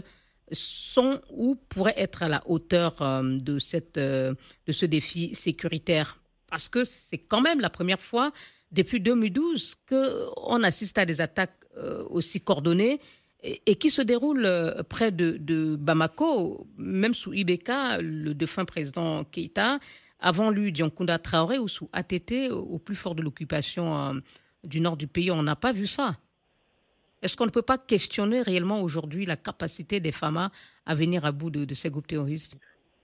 C: sont ou pourraient être à la hauteur euh, de, cette, euh, de ce défi sécuritaire? Parce que c'est quand même la première fois depuis deux mille douze qu'on assiste à des attaques euh, aussi coordonnées et, et qui se déroulent euh, près de, de Bamako, même sous I B K, le défunt président Keïta, avant lui, Dioncounda Traoré, ou sous A T T, au plus fort de l'occupation euh, du nord du pays. On n'a pas vu ça. Est-ce qu'on ne peut pas questionner réellement aujourd'hui la capacité des F A M A à venir à bout de, de ces groupes terroristes?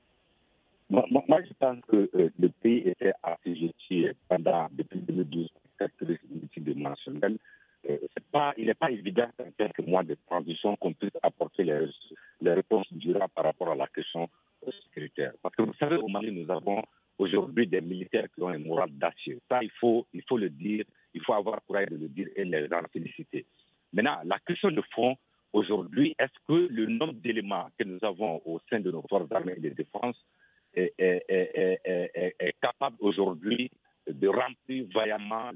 F: Moi, moi, je pense que euh, le pays était assujetti pendant, depuis deux mille douze, cette crise multidimensionnelle. Euh, c'est pas, il n'est pas évident en quelques mois de transition qu'on puisse apporter les, les réponses durables par rapport à la question sécuritaire. Parce que vous savez, au Mali, nous avons aujourd'hui des militaires qui ont un moral d'acier. Ça, il faut, il faut le dire, il faut avoir le courage de le dire et les en féliciter. Maintenant, la question de fond, aujourd'hui, est-ce que le nombre d'éléments que nous avons au sein de nos forces armées et de défense est, est, est, est, est, est capable aujourd'hui de remplir vaillamment les questions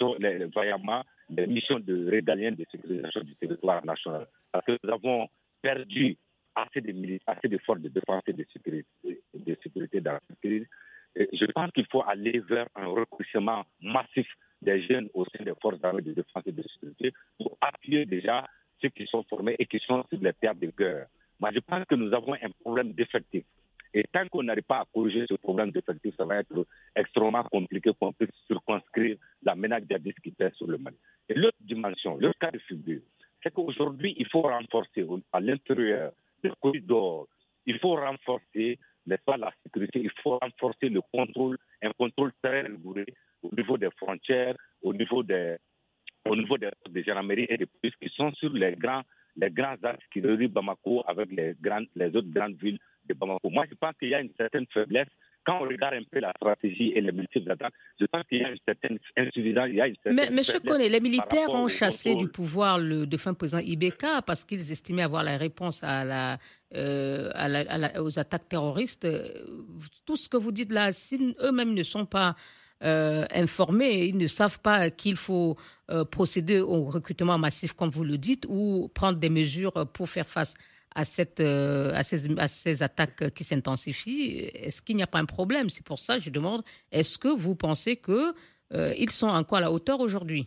F: missions, les, vaillamment, les missions de régaliennes de sécurisation du territoire national. Parce que nous avons perdu assez de militaires, assez de forces de défense et de sécurité, de sécurité dans cette crise. Et je pense qu'il faut aller vers un recrutement massif des jeunes au sein des forces armées de défense et de sécurité pour appuyer déjà ceux qui sont formés et qui sont sur les terres de guerre. Moi, je pense que nous avons un problème d'effectifs. Et tant qu'on n'arrive pas à corriger ce problème d'effectifs, ça va être extrêmement compliqué qu'on puisse circonscrire la menace djihadiste qui pèse sur le Mali. Et l'autre dimension, l'autre cas de figure, c'est qu'aujourd'hui, il faut renforcer à l'intérieur des corridors, il faut renforcer, n'est-ce pas, la sécurité, il faut renforcer le contrôle, un contrôle très rigoureux au niveau des frontières, au niveau des, au niveau des, des gendarmeries et des polices qui sont sur les grands, les grands axes qui relient Bamako avec les, grandes, les autres grandes villes de Bamako. Moi, je pense qu'il y a une certaine faiblesse. Quand on regarde un peu la stratégie et les multiples attaques, je pense qu'il y a une certaine insuffisance. Il y a une certaine
C: Mais, Monsieur Koné, les militaires ont chassé
F: contrôle.
C: du pouvoir le défunt président Ibeka parce qu'ils estimaient avoir la réponse à la, euh, à la, à la, aux attaques terroristes. Tout ce que vous dites là, si eux-mêmes ne sont pas euh, informés, ils ne savent pas qu'il faut euh, procéder au recrutement massif, comme vous le dites, ou prendre des mesures pour faire face à, cette, euh, à, ces, à ces attaques qui s'intensifient, est-ce qu'il n'y a pas un problème? C'est pour ça que je demande, est-ce que vous pensez qu'ils euh, sont encore à la hauteur aujourd'hui?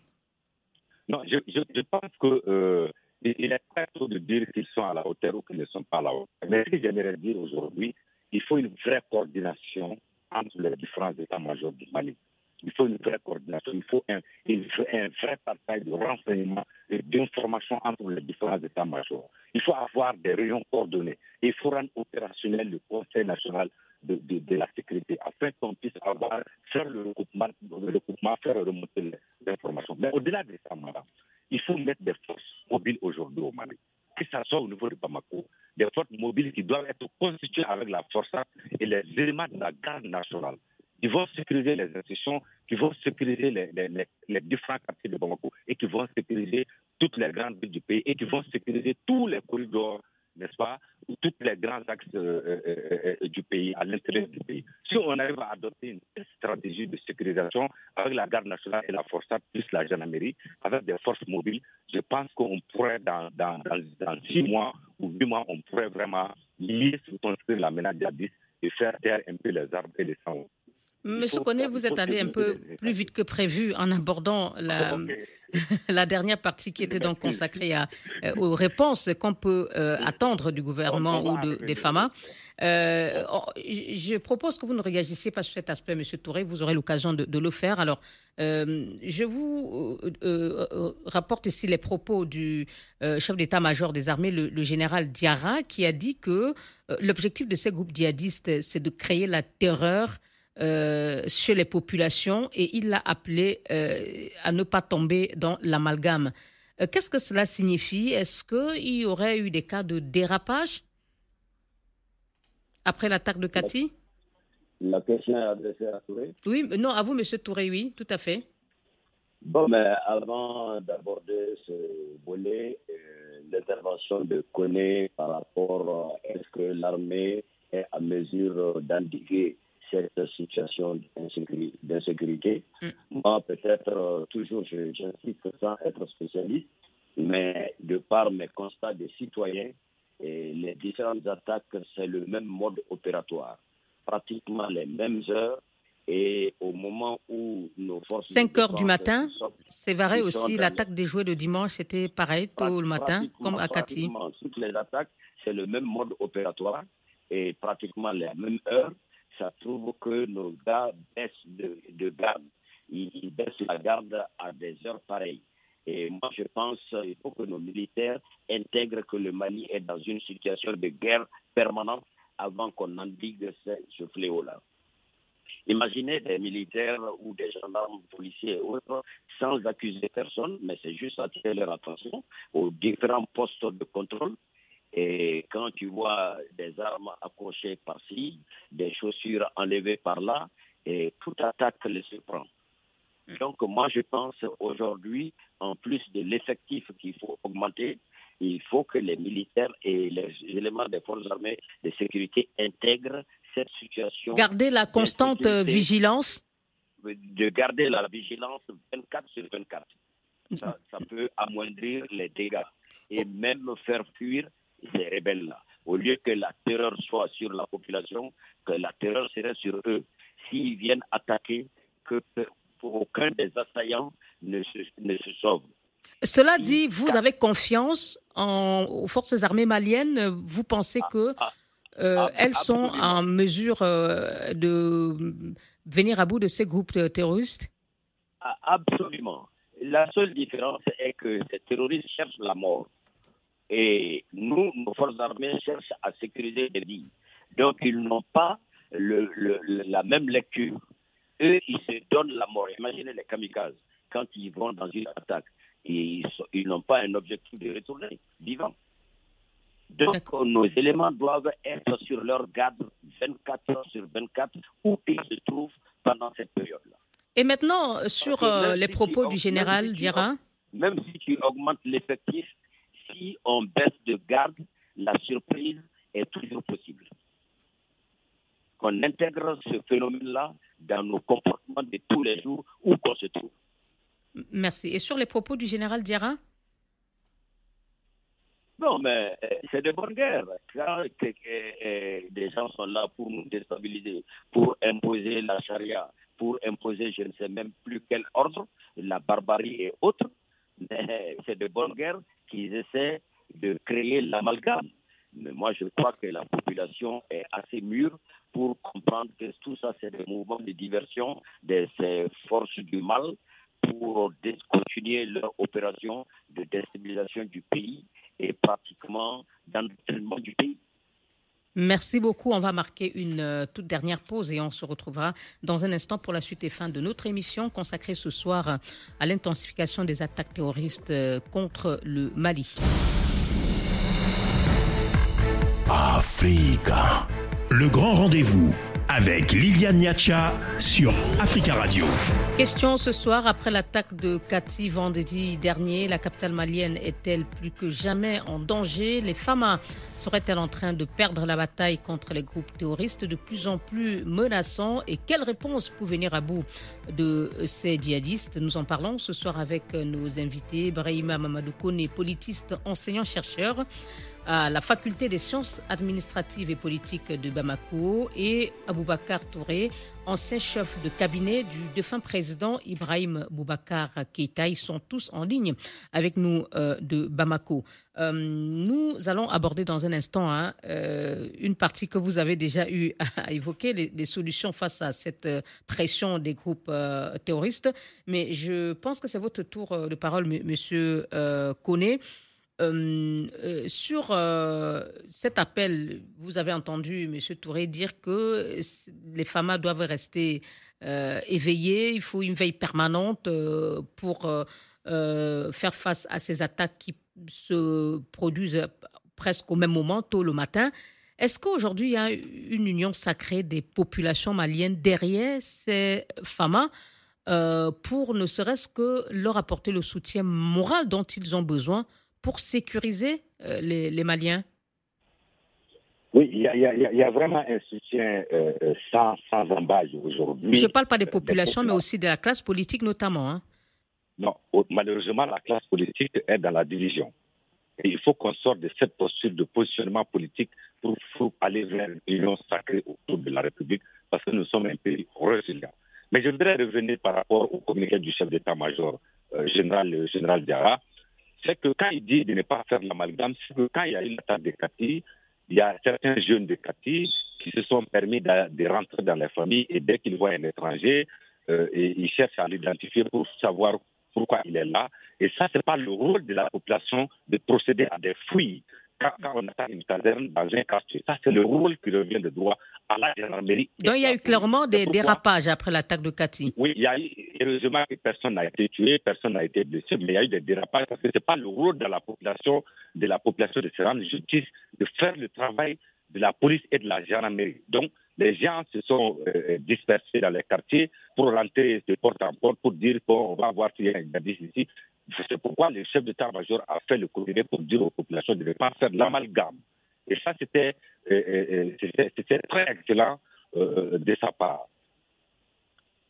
F: Non, je, je, je pense qu'il euh, est très tôt de dire qu'ils sont à la hauteur ou qu'ils ne sont pas à la hauteur. Mais ce que j'aimerais dire aujourd'hui, il faut une vraie coordination entre les différents états-majors du Mali. Il faut une vraie coordination, il faut un, une, un vrai partage de renseignement et d'information entre les différents états-majors. Il faut avoir des réunions coordonnées. Il faut rendre opérationnel le Conseil national de, de, de la sécurité afin qu'on puisse avoir, faire le recoupement, le recoupement faire remonter l'information. Mais au-delà de ça, madame, il faut mettre des forces mobiles aujourd'hui au Mali. Que ce soit au niveau de Bamako, des forces mobiles qui doivent être constituées avec la force et les éléments de la garde nationale. Qui vont sécuriser les institutions, qui vont sécuriser les, les, les, les différents quartiers de Bamako et qui vont sécuriser toutes les grandes villes du pays et qui vont sécuriser tous les corridors, n'est-ce pas, ou tous les grands axes euh, euh, euh, du pays, à l'intérieur du pays. Si on arrive à adopter une stratégie de sécurisation avec la garde nationale et la force plus la gendarmerie, avec des forces mobiles, je pense qu'on pourrait, dans, dans, dans, dans six mois ou huit mois, on pourrait vraiment lier, circonscrire la menace djihadiste et faire taire un peu les arbres et les sangs.
C: Monsieur Koné, vous êtes allé un peu plus vite que prévu en abordant la, la dernière partie qui était donc consacrée à, euh, aux réponses qu'on peut euh, attendre du gouvernement ou de, des F A M A. Euh, je propose que vous ne réagissiez pas sur cet aspect, Monsieur Touré. Vous aurez l'occasion de, de le faire. Alors, euh, je vous euh, euh, rapporte ici les propos du euh, chef d'état-major des armées, le, le général Diarra, qui a dit que euh, l'objectif de ces groupes djihadistes, c'est de créer la terreur Euh, chez les populations et il l'a appelé euh, à ne pas tomber dans l'amalgame. Euh, qu'est-ce que cela signifie? Est-ce qu'il y aurait eu des cas de dérapage après l'attaque de Kati?
E: La question est adressée à Touré.
C: Oui, non, à vous, Monsieur Touré, oui, tout à fait.
E: Bon, mais avant d'aborder ce volet, euh, l'intervention de Koné par rapport à est-ce que l'armée est à mesure d'endiguer cette situation d'insécurité. Mm. Moi, peut-être, euh, toujours, je, j'insiste sans être spécialiste, mais de par mes constats des citoyens, et les différentes attaques, c'est le même mode opératoire. Pratiquement les mêmes heures, et au moment où nos forces...
C: cinq heures du matin, sont, c'est vrai aussi, l'attaque des jouets de dimanche, c'était pareil, tôt le matin, comme à Kati.
E: Toutes les attaques, c'est le même mode opératoire, et pratiquement les mêmes heures. Ça prouve que nos gars baissent de, de garde. Ils, ils baissent la garde à des heures pareilles. Et moi, je pense qu'il faut que nos militaires intègrent que le Mali est dans une situation de guerre permanente avant qu'on endigue ce, ce fléau-là. Imaginez des militaires ou des gendarmes, policiers et autres, sans accuser personne, mais c'est juste attirer leur attention aux différents postes de contrôle. Et quand tu vois des armes accrochées par-ci, des chaussures enlevées par-là, et toute attaque les surprend. Donc moi je pense aujourd'hui, en plus de l'effectif qu'il faut augmenter, il faut que les militaires et les éléments des forces armées de sécurité intègrent cette situation.
C: Garder la constante vigilance.
E: De garder la vigilance vingt-quatre vingt-quatre sur vingt-quatre. Ça, ça peut amoindrir les dégâts et même faire fuir ces rebelles-là. Au lieu que la terreur soit sur la population, que la terreur serait sur eux. S'ils viennent attaquer, que aucun des assaillants ne se, ne se sauve.
C: Cela dit, vous avez confiance en, aux forces armées maliennes. Vous pensez
E: ah,
C: que
E: ah,
C: euh,
E: ah,
C: elles sont
E: absolument.
C: en mesure euh, de venir à bout de ces groupes terroristes?
E: Ah, absolument. La seule différence est que ces terroristes cherchent la mort. Et nous, nos forces armées cherchent à sécuriser les vies. Donc, ils n'ont pas le, le, la même lecture. Eux, ils se donnent la mort. Imaginez les kamikazes, quand ils vont dans une attaque, ils, ils n'ont pas un objectif de retourner vivant. Donc, D'accord. nos éléments doivent être sur leur garde vingt-quatre heures sur vingt-quatre, où ils se trouvent pendant cette période-là.
C: Et maintenant, sur euh, les si propos tu, du général si Diarra.
E: Même si tu augmentes l'effectif, si on baisse de garde, la surprise est toujours possible. Qu'on intègre ce phénomène-là dans nos comportements de tous les jours où qu'on se trouve.
C: Merci. Et sur les propos du général Diarra?
E: Non, mais c'est de bonne guerre. Quand que, que, des gens sont là pour nous déstabiliser, pour imposer la charia, pour imposer je ne sais même plus quel ordre, la barbarie et autres, mais c'est de bonne guerre qu'ils essaient de créer l'amalgame. Mais moi, je crois que la population est assez mûre pour comprendre que tout ça, c'est des mouvements de diversion de ces forces du mal pour continuer leur opération de déstabilisation du pays et pratiquement d'endoctrinement du pays.
C: Merci beaucoup. On va marquer une euh, toute dernière pause et on se retrouvera dans un instant pour la suite et fin de notre émission consacrée ce soir euh, à l'intensification des attaques terroristes euh, contre le Mali.
B: Africa. Le grand rendez-vous avec Liliane Niacha sur Africa Radio.
C: Question ce soir, après l'attaque de Kati vendredi dernier, la capitale malienne est-elle plus que jamais en danger? Les Fama seraient-elles en train de perdre la bataille contre les groupes terroristes de plus en plus menaçants? Et quelle réponse pour venir à bout de ces djihadistes? Nous en parlons ce soir avec nos invités, Brahima Mamadou Kone, politiste, enseignant-chercheur à la faculté des sciences administratives et politiques de Bamako, et Aboubakar Touré, ancien chef de cabinet du défunt président Ibrahim Boubacar Keïta. Ils sont tous en ligne avec nous euh, de Bamako. Euh, nous allons aborder dans un instant hein, euh, une partie que vous avez déjà eu à évoquer, les, les solutions face à cette pression des groupes euh, terroristes. Mais je pense que c'est votre tour de parole, m- monsieur euh, Kone. Euh, euh, sur euh, cet appel, vous avez entendu M. Touré dire que les Fama doivent rester euh, éveillés, il faut une veille permanente euh, pour euh, euh, faire face à ces attaques qui se produisent presque au même moment, tôt le matin. Est-ce qu'aujourd'hui, il y a une union sacrée des populations maliennes derrière ces Fama euh, pour ne serait-ce que leur apporter le soutien moral dont ils ont besoin pour sécuriser euh, les, les Maliens?
F: Oui, il y, y, y a vraiment un soutien euh, sans, sans embâche aujourd'hui.
C: Je ne parle pas des populations, mais aussi de la classe politique notamment. Hein.
F: Non, malheureusement, la classe politique est dans la division. Et il faut qu'on sorte de cette posture de positionnement politique pour, pour aller vers une union sacrée autour de la République, parce que nous sommes un pays résilient. Mais je voudrais revenir par rapport au communiqué du chef d'état-major euh, général, le général Diarra. C'est que quand il dit de ne pas faire l'amalgame, c'est que quand il y a eu l'attaque de Kati, il y a certains jeunes de Kati qui se sont permis de, de rentrer dans les familles et dès qu'ils voient un étranger, euh, et ils cherchent à l'identifier pour savoir pourquoi il est là. Et ça, ce n'est pas le rôle de la population de procéder à des fouilles. Quand, quand on attaque une caserne dans un quartier, ça, c'est le rôle qui revient de droit à la gendarmerie.
C: Donc, il y a eu clairement des dérapages après l'attaque de Kati.
F: Oui, il y a eu, heureusement que personne n'a été tué, personne n'a été blessé, mais il y a eu des dérapages parce que ce n'est pas le rôle de la population, de la population de se rendre justice, de faire le travail de la police et de la gendarmerie. Donc, les gens se sont euh, dispersés dans les quartiers pour rentrer de porte en porte pour dire qu'on va voir s'il y a un djihadiste ici. C'est pourquoi le chef d'état-major a fait le communiqué pour dire aux populations de ne pas faire l'amalgame. Et ça, c'était, euh, euh, c'était, c'était très excellent euh, de sa part.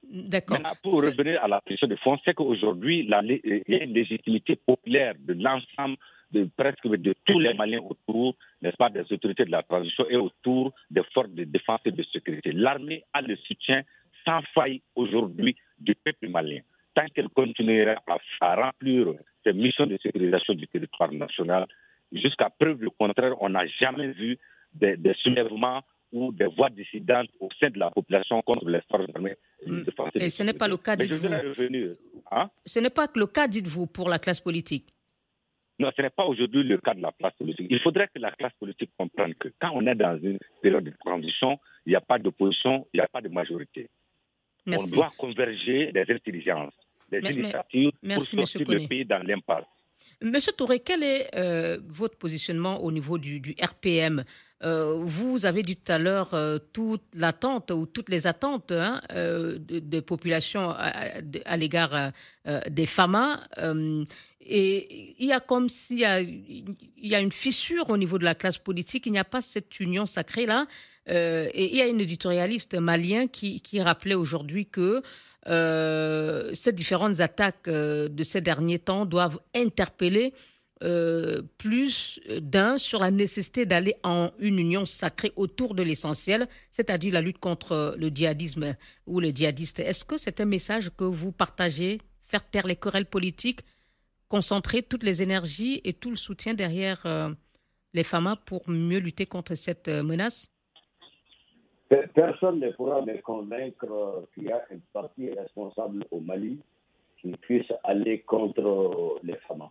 C: D'accord.
F: Maintenant, pour revenir à la question de fond, c'est qu'aujourd'hui, la, il y a une légitimité populaire de l'ensemble, de presque de tous les Maliens autour, n'est-ce pas, des autorités de la transition et autour des forces de défense et de sécurité. L'armée a le soutien sans faille aujourd'hui du peuple malien. Tant qu'elle continuera à, à remplir ses missions de sécurisation du territoire national, jusqu'à preuve du contraire, on n'a jamais vu des, des soulèvements ou des voix dissidentes au sein de la population contre les forces armées.
C: Mm. Et ce n'est pas le cas, dites-vous.
F: Hein?
C: Ce n'est pas le cas, dites-vous, pour la classe politique.
F: Non, ce n'est pas aujourd'hui le cas de la classe politique. Il faudrait que la classe politique comprenne que quand on est dans une période de transition, il n'y a pas d'opposition, il n'y a pas de majorité. Merci. On doit converger les intelligences, les mais, initiatives mais, merci, pour sortir le pays dans l'impasse.
C: Monsieur Touré, quel est euh, votre positionnement au niveau du, du R P M? euh, Vous avez dit tout à l'heure euh, toute l'attente ou toutes les attentes hein, euh, de, de population à, à l'égard euh, des Fama. Euh, et il y a comme s'il y a, il y a une fissure au niveau de la classe politique. Il n'y a pas cette union sacrée là. Euh, et il y a un éditorialiste malien qui, qui rappelait aujourd'hui que Euh, ces différentes attaques euh, de ces derniers temps doivent interpeller euh, plus d'un sur la nécessité d'aller en une union sacrée autour de l'essentiel, c'est-à-dire la lutte contre le djihadisme ou les djihadistes. Est-ce que c'est un message que vous partagez, faire taire les querelles politiques, concentrer toutes les énergies et tout le soutien derrière euh, les Fama pour mieux lutter contre cette euh, menace?
E: Personne ne pourra me convaincre qu'il y a un parti responsable au Mali qui puisse aller contre les Fama.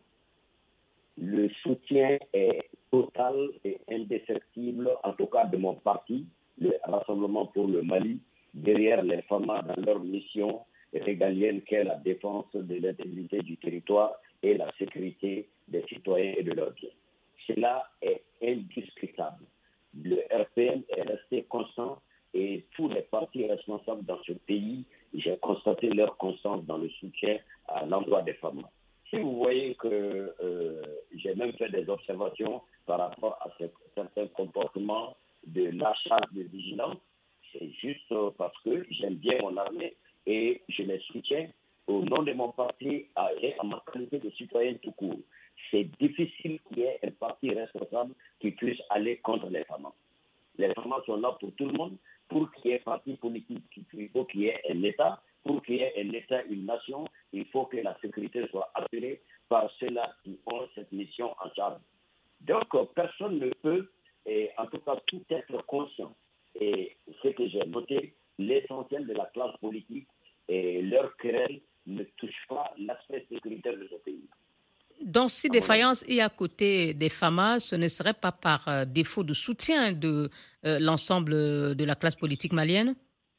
E: Le soutien est total et indéfectible, en tout cas de mon parti, le Rassemblement pour le Mali, derrière les Fama dans leur mission régalienne qu'est la défense de l'intégrité du territoire et la sécurité des citoyens et de leurs biens. Cela est indiscutable. Le R P M est resté constant et tous les partis responsables dans ce pays, j'ai constaté leur constance dans le soutien à l'endroit des femmes. Si vous voyez que euh, j'ai même fait des observations par rapport à ce, certains comportements de l'achat de vigilance, c'est juste parce que j'aime bien mon armée et je les soutiens au nom de mon parti et en ma qualité de citoyen tout court. C'est difficile qu'il y ait un parti responsable qui puisse aller contre les femmes. Les femmes sont là pour tout le monde. Pour qu'il y ait un parti politique, il faut qu'il y ait un État. Pour qu'il y ait un État, une nation, il faut que la sécurité soit assurée par ceux-là qui ont cette mission en charge. Donc, personne ne peut, et en tout cas, tout être conscient. Et ce que j'ai noté, l'essentiel de la classe politique et leur querelle ne touche pas l'aspect sécuritaire de ce pays.
C: Dans ces défaillances et à côté des Fama, ce ne serait pas par euh, défaut de soutien de euh, l'ensemble de la classe politique malienne?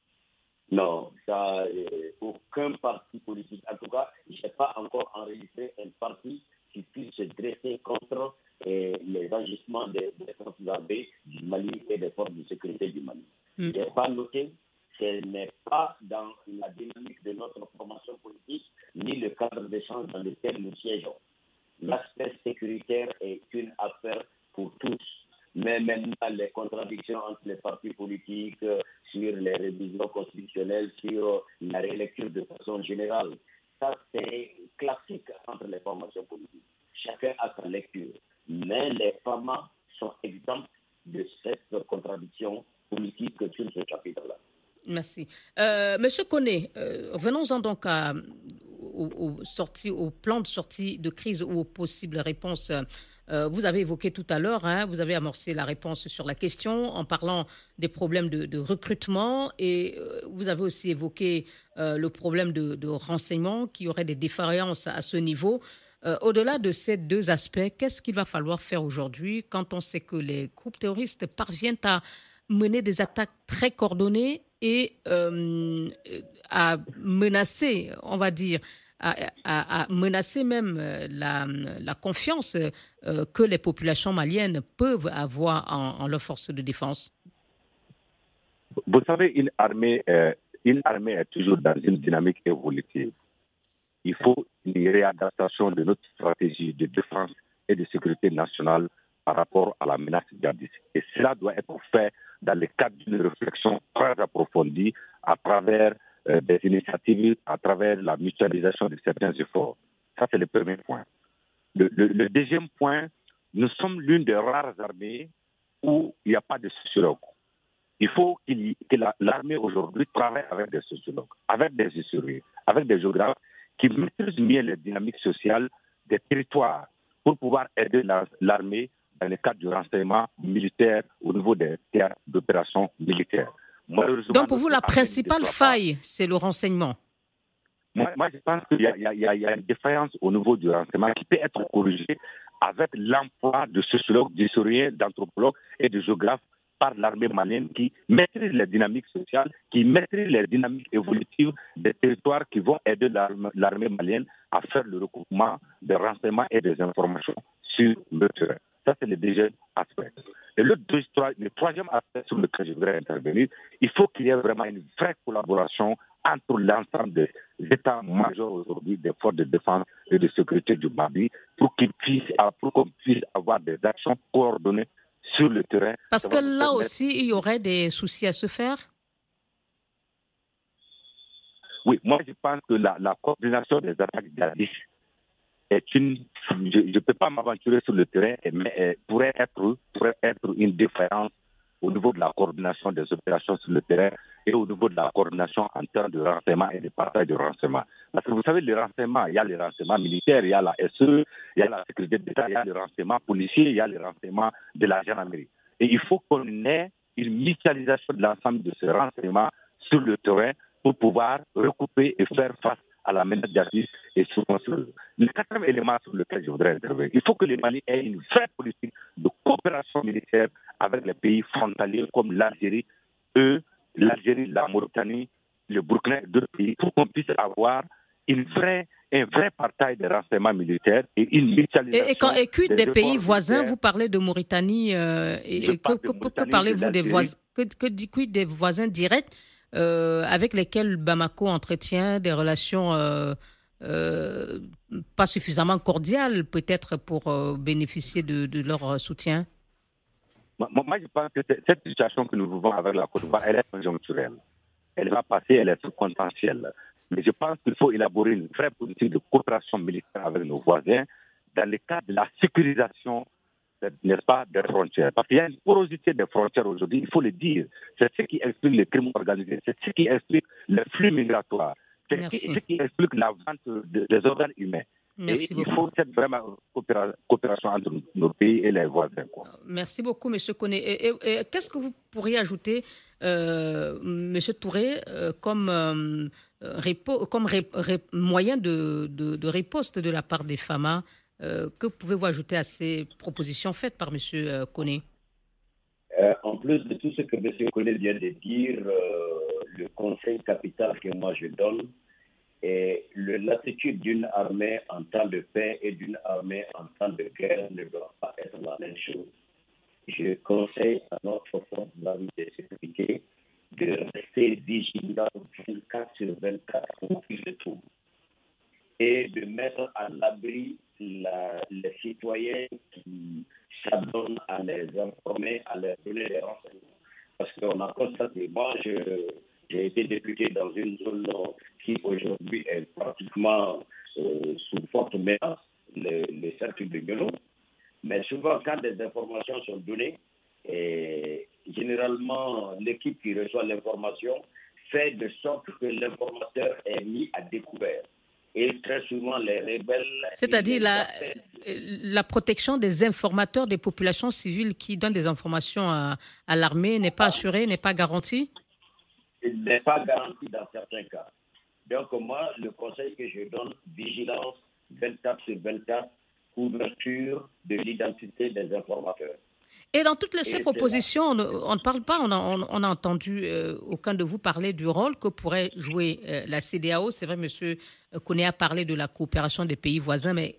E: Non, ça, euh, aucun parti politique. En tout cas, je n'ai pas encore enregistré un parti qui puisse se dresser contre euh, les agissements des, des forces armées du Mali et des forces de sécurité du Mali. Mm. Je n'ai pas noté, ce n'est pas dans la dynamique de notre formation politique ni le cadre d'échange dans lequel nous siégeons. L'aspect sécuritaire est une affaire pour tous, mais maintenant les contradictions entre les partis politiques euh, sur les révisions constitutionnelles, sur la rélecture de façon générale, ça c'est classique entre les formations politiques. Chacun a sa lecture, mais les Fama sont exempts de cette contradiction politique sur ce chapitre-là.
C: Merci. Euh, Monsieur Koné, euh, venons-en donc à, au, au, sortie, au plan de sortie de crise ou aux possibles réponses. Euh, vous avez évoqué tout à l'heure, hein, vous avez amorcé la réponse sur la question en parlant des problèmes de, de recrutement et euh, vous avez aussi évoqué euh, le problème de, de renseignement, qu'il y aurait des défaillances à ce niveau. Euh, au-delà de ces deux aspects, qu'est-ce qu'il va falloir faire aujourd'hui quand on sait que les groupes terroristes parviennent à mener des attaques très coordonnées et euh, à menacer, on va dire, à, à, à menacer même la, la confiance euh, que les populations maliennes peuvent avoir en, en leurs forces de défense?
F: Vous savez, une armée, euh, une armée est toujours dans une dynamique évolutive. Il faut une réadaptation de notre stratégie de défense et de sécurité nationale par rapport à la menace djihadiste. Et cela doit être fait dans le cadre d'une réflexion très approfondie à travers euh, des initiatives à travers la mutualisation de certains efforts. Ça, c'est le premier point. Le, le, le deuxième point, nous sommes l'une des rares armées où il n'y a pas de sociologues. Il faut qu'il y, que la, l'armée aujourd'hui travaille avec des sociologues, avec des historiens, avec des géographes qui maîtrisent mieux les dynamiques sociales des territoires pour pouvoir aider la, l'armée dans le cadre du renseignement militaire au niveau des théâtres d'opérations militaires.
C: Donc pour vous, la principale faille, c'est le renseignement?
F: Moi, moi, je pense qu'il y a, il y, a, il y a une défaillance au niveau du renseignement qui peut être corrigée avec l'emploi de sociologues, d'historiens, d'anthropologues et de géographes par l'armée malienne qui maîtrise les dynamiques sociales, qui maîtrise les dynamiques évolutives des territoires qui vont aider l'armée, l'armée malienne à faire le recoupement des renseignements et des informations sur le terrain. Ça, c'est le deuxième aspect. Et le, deux, trois, le troisième aspect sur lequel je voudrais intervenir, il faut qu'il y ait vraiment une vraie collaboration entre l'ensemble des états-majors aujourd'hui des forces de défense et de sécurité du Mali pour qu'ils puissent, pour qu'on puisse avoir des actions coordonnées sur le terrain.
C: Parce que là aussi, il y aurait des soucis à se faire?
F: Oui, moi je pense que la, la coordination des attaques djihadistes est une... Je ne peux pas m'aventurer sur le terrain, mais elle pourrait être, pourrait être une différence au niveau de la coordination des opérations sur le terrain et au niveau de la coordination en termes de renseignement et de partage de renseignement. Parce que vous savez, le renseignement, il y a le renseignement militaire, il y a la S E, il y a la sécurité d'État, il y a le renseignement policier, il y a le renseignement de la gendarmerie. Et il faut qu'on ait une mutualisation de l'ensemble de ces renseignements sur le terrain pour pouvoir recouper et faire face à la menace djihadiste et sur construire. Le quatrième élément sur lequel je voudrais intervenir, il faut que le Mali ait une vraie politique de coopération militaire avec les pays frontaliers comme l'Algérie, eux, l'Algérie, la Mauritanie, le Burkina, d'autres pays, pour qu'on puisse avoir une vraie, un vrai partage des renseignements militaires et une mutualisation.
C: Et, et, quand, et quid des, des pays voisins, vous parlez de Mauritanie, euh, et que, que, que, que parlez-vous des voisins, que, que, quid des voisins directs euh, avec lesquels Bamako entretient des relations euh, euh, pas suffisamment cordiales, peut-être pour euh, bénéficier de, de leur soutien?
F: Moi, moi, je pense que cette situation que nous vivons avec la Côte d'Ivoire, elle est conjoncturelle. Elle va passer, elle est circonstancielle. Mais je pense qu'il faut élaborer une vraie politique de coopération militaire avec nos voisins dans le cadre de la sécurisation, n'est-ce pas, des frontières. Parce qu'il y a une porosité des frontières aujourd'hui, il faut le dire. C'est ce qui explique les crimes organisés, c'est ce qui explique les flux migratoires, c'est Merci. ce qui explique la vente de, des organes humains.
C: Merci
F: et
C: beaucoup.
F: Il faut cette vraiment coopération entre nos pays et les voisins. Quoi.
C: Merci beaucoup, M. Koné. Et, et, et qu'est-ce que vous pourriez ajouter, euh, M. Touré, euh, comme, euh, répo, comme ré, ré, moyen de, de, de riposte de la part des F A M A? euh, Que pouvez-vous ajouter à ces propositions faites par M. Koné?
E: euh, En plus de tout ce que M. Koné vient de dire, euh, le conseil capital que moi je donne, et le, l'attitude d'une armée en temps de paix et d'une armée en temps de guerre ne doit pas être la même chose. Je conseille à notre force d'armée de sécurité de rester vigilant vingt-quatre sur vingt-quatre au plus de tout et de mettre à l'abri la, les citoyens qui s'adonnent à les informer, à leur donner des renseignements. Parce qu'on a constaté, moi je... J'ai été député dans une zone qui aujourd'hui est pratiquement euh, sous forte menace, le, le cercle de Guénon. Mais souvent, quand des informations sont données, et généralement, l'équipe qui reçoit l'information fait de sorte que l'informateur est mis à découvert. Et très souvent, les rebelles...
C: C'est-à-dire la, la protection des informateurs des populations civiles qui donnent des informations à, à l'armée n'est pas assurée, n'est pas garantie?
E: Il n'est pas garanti dans certains cas. Donc, moi, le conseil que je donne, vigilance vingt-quatre sur vingt-quatre, couverture de l'identité des informateurs.
C: Et dans toutes les, ces propositions, on, on ne parle pas, on a, on, on a entendu euh, aucun de vous parler du rôle que pourrait jouer euh, la C D A O. C'est vrai, M. Koné a parlé de la coopération des pays voisins, mais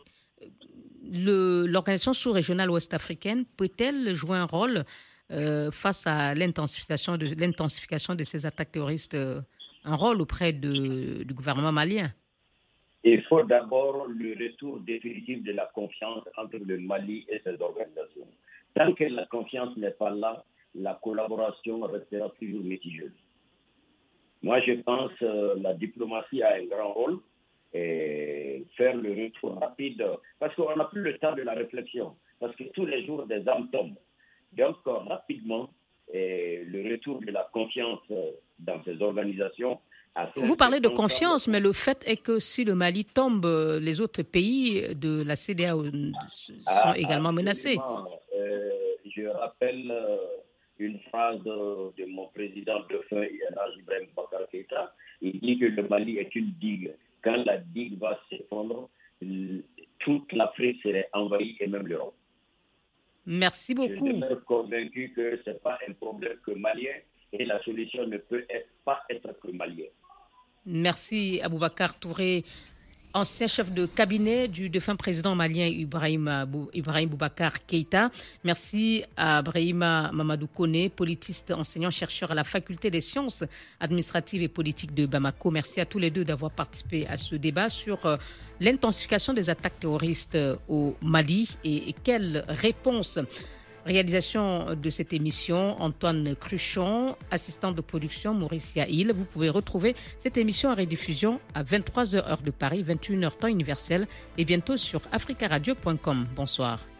C: le, l'organisation sous-régionale ouest-africaine peut-elle jouer un rôle Euh, face à l'intensification de, l'intensification de ces attaques terroristes, euh, un rôle auprès de, du gouvernement malien?
E: Il faut d'abord le retour définitif de la confiance entre le Mali et ses organisations. Tant que la confiance n'est pas là, la collaboration restera toujours mitigieuse. Moi, je pense que euh, la diplomatie a un grand rôle et faire le retour rapide, parce qu'on n'a plus le temps de la réflexion, parce que tous les jours, des âmes tombent. Donc, euh, rapidement, et le retour de la confiance euh, dans ces organisations.
C: Vous parlez de confiance, mais le fait est que si le Mali tombe, les autres pays de la C D A O sont ah, également menacés.
E: Euh, je rappelle euh, une phrase de, de mon président de feu, Ibrahim Boubacar Keïta. Il dit que le Mali est une digue. Quand la digue va s'effondrer, toute l'Afrique serait envahie et même l'Europe.
C: Merci beaucoup.
E: Je suis convaincu que ce n'est pas un problème que malien et la solution ne peut être, pas être que malien.
C: Merci Aboubacar Touré, ancien chef de cabinet du défunt président malien Ibrahim, Ibrahim Boubacar Keïta. Merci à Brahima Mamadou Koné, politiste, enseignant-chercheur à la faculté des sciences administratives et politiques de Bamako. Merci à tous les deux d'avoir participé à ce débat sur euh, l'intensification des attaques terroristes au Mali et, et quelle réponse. Réalisation de cette émission, Antoine Cruchon, assistant de production, Maurice Yaïl. Vous pouvez retrouver cette émission en rediffusion à vingt-trois heures heure de Paris, vingt et une heures temps universel et bientôt sur africa radio point com. Bonsoir.